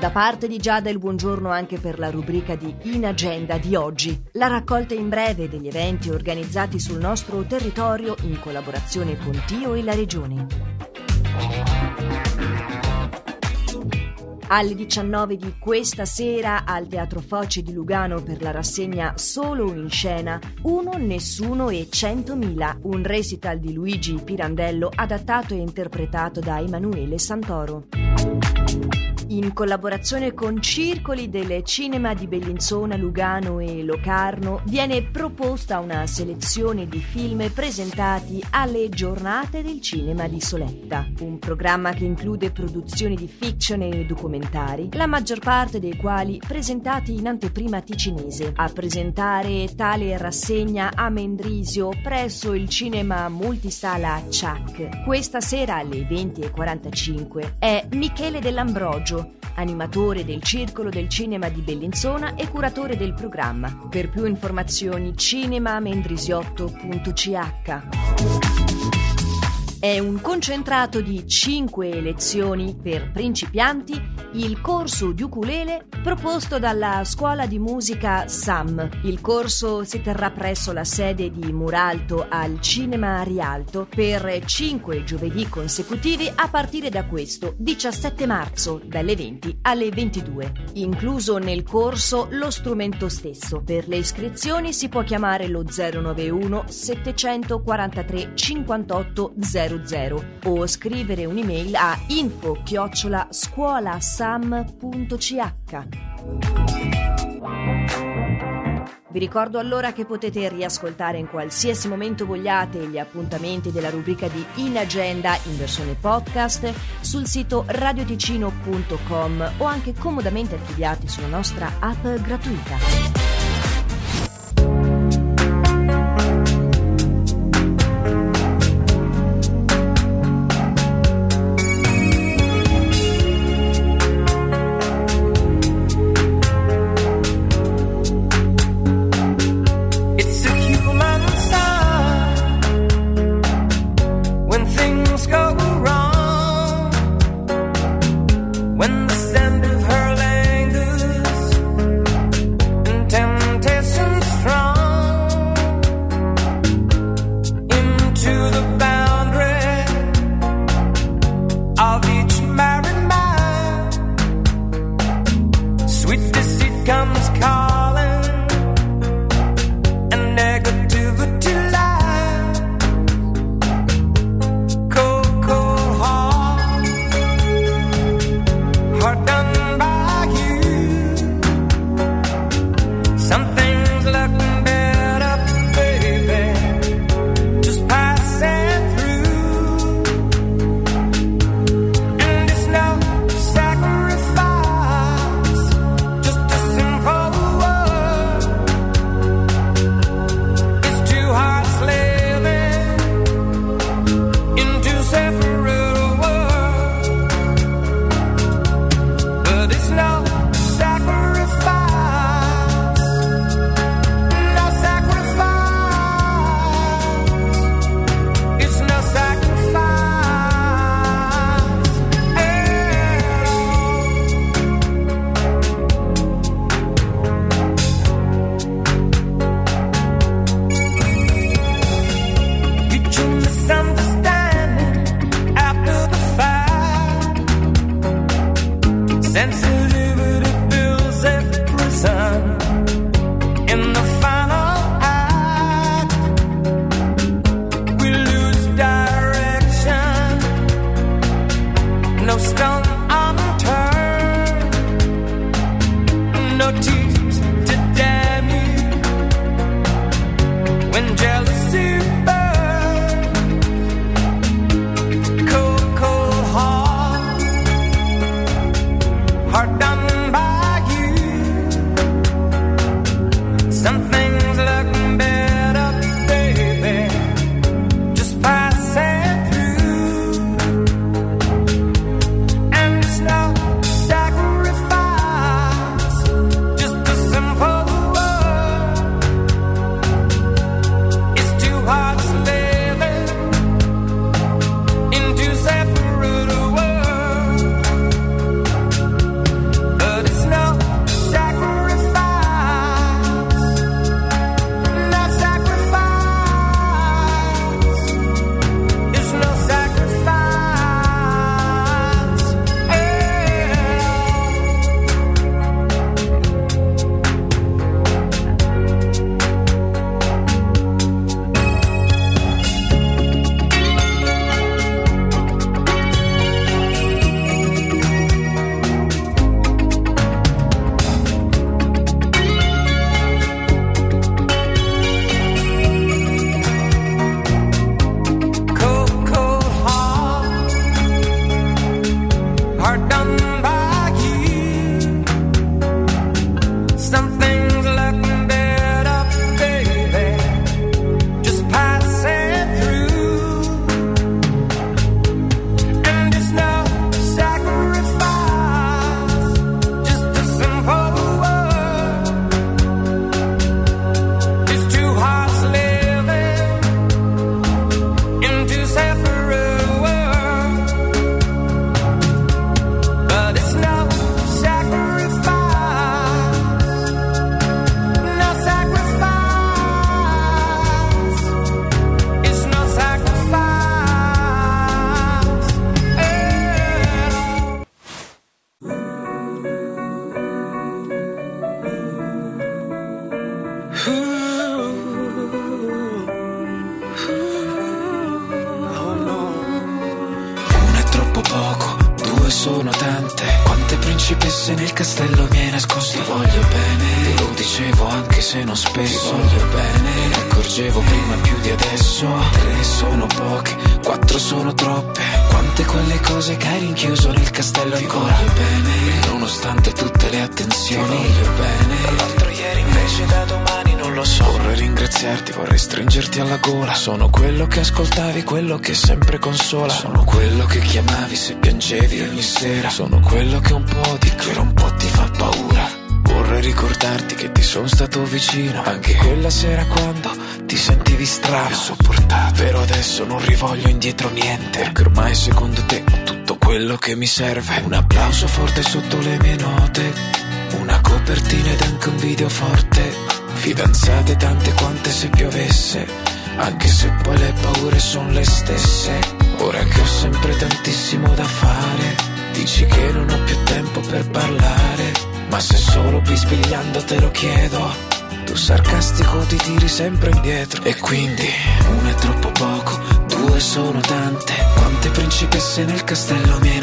Da parte di Giada il buongiorno anche per la rubrica di In Agenda di oggi, la raccolta in breve degli eventi organizzati sul nostro territorio in collaborazione con Tio e la Regione. Alle 19 di questa sera al Teatro Foce di Lugano per la rassegna Solo in scena Uno, Nessuno e 100.000, un recital di Luigi Pirandello adattato e interpretato da Emanuele Santoro. In collaborazione con Circoli del Cinema di Bellinzona, Lugano e Locarno viene proposta una selezione di film presentati alle Giornate del Cinema di Soletta, un programma che include produzioni di fiction e documentari, la maggior parte dei quali presentati in anteprima ticinese. A presentare tale rassegna a Mendrisio presso il cinema multisala Ciac questa sera alle 20:45 è Michele Dell'Ambrogio, animatore del Circolo del Cinema di Bellinzona e curatore del programma. Per più informazioni cinemamendrisiotto.ch. È un concentrato di 5 lezioni per principianti, il corso di ukulele proposto dalla scuola di musica SAM. Il corso si terrà presso la sede di Muralto al Cinema Rialto per 5 giovedì consecutivi a partire da questo 17 marzo dalle 20 alle 22. Incluso nel corso lo strumento stesso. Per le iscrizioni si può chiamare lo 091 743 58 00 o scrivere un'email a info@scuolasam.ch. Vi ricordo allora che potete riascoltare in qualsiasi momento vogliate gli appuntamenti della rubrica di In Agenda in versione podcast sul sito radioticino.com o anche comodamente archiviati sulla nostra app gratuita. Comes calling and negativity lies. Cold, cold heart, hard done by you. Some things look better, baby, just passing through. And it's no sacrifice. Sensitivity builds a prison. In the final act, we lose direction. No stone unturned, no tears to damn you. When jealousy burns, cold, cold heart, hard done by you. Some things look better, baby, just passing through. And sono tante. Quante principesse nel castello mi hai nascosto. Ti voglio bene, te lo dicevo anche se non spesso. Ti voglio bene, me ne accorgevo prima più di adesso. 3 sono poche, 4 sono troppe. Quante quelle cose che hai rinchiuso nel castello ancora. Ti voglio bene, nonostante tutte le attenzioni. Ti voglio bene, tra l'altro ieri invece da domani non lo so. Vorrei ringraziarti, vorrei stringerti alla gola. Sono quello che ascoltavi, quello che sempre consola. Sono quello che chiamavi se piangevi ogni sera. Sono quello che un po' di che un po' ti fa paura. Vorrei ricordarti che ti sono stato vicino anche quella sera quando ti sentivi strano e sopportato. Però adesso non rivoglio indietro niente, perché ormai secondo te ho tutto quello che mi serve. Un applauso forte sotto le mie note, una copertina ed anche un video forte. Fidanzate tante quante se piovesse, anche se poi le paure sono le stesse. Ora che ho sempre tantissimo da fare, dici che non ho più tempo per parlare, ma se solo bisbigliando te lo chiedo, tu sarcastico ti tiri sempre indietro. E quindi 1 è troppo poco, 2 sono tante. Quante principesse nel castello mi hai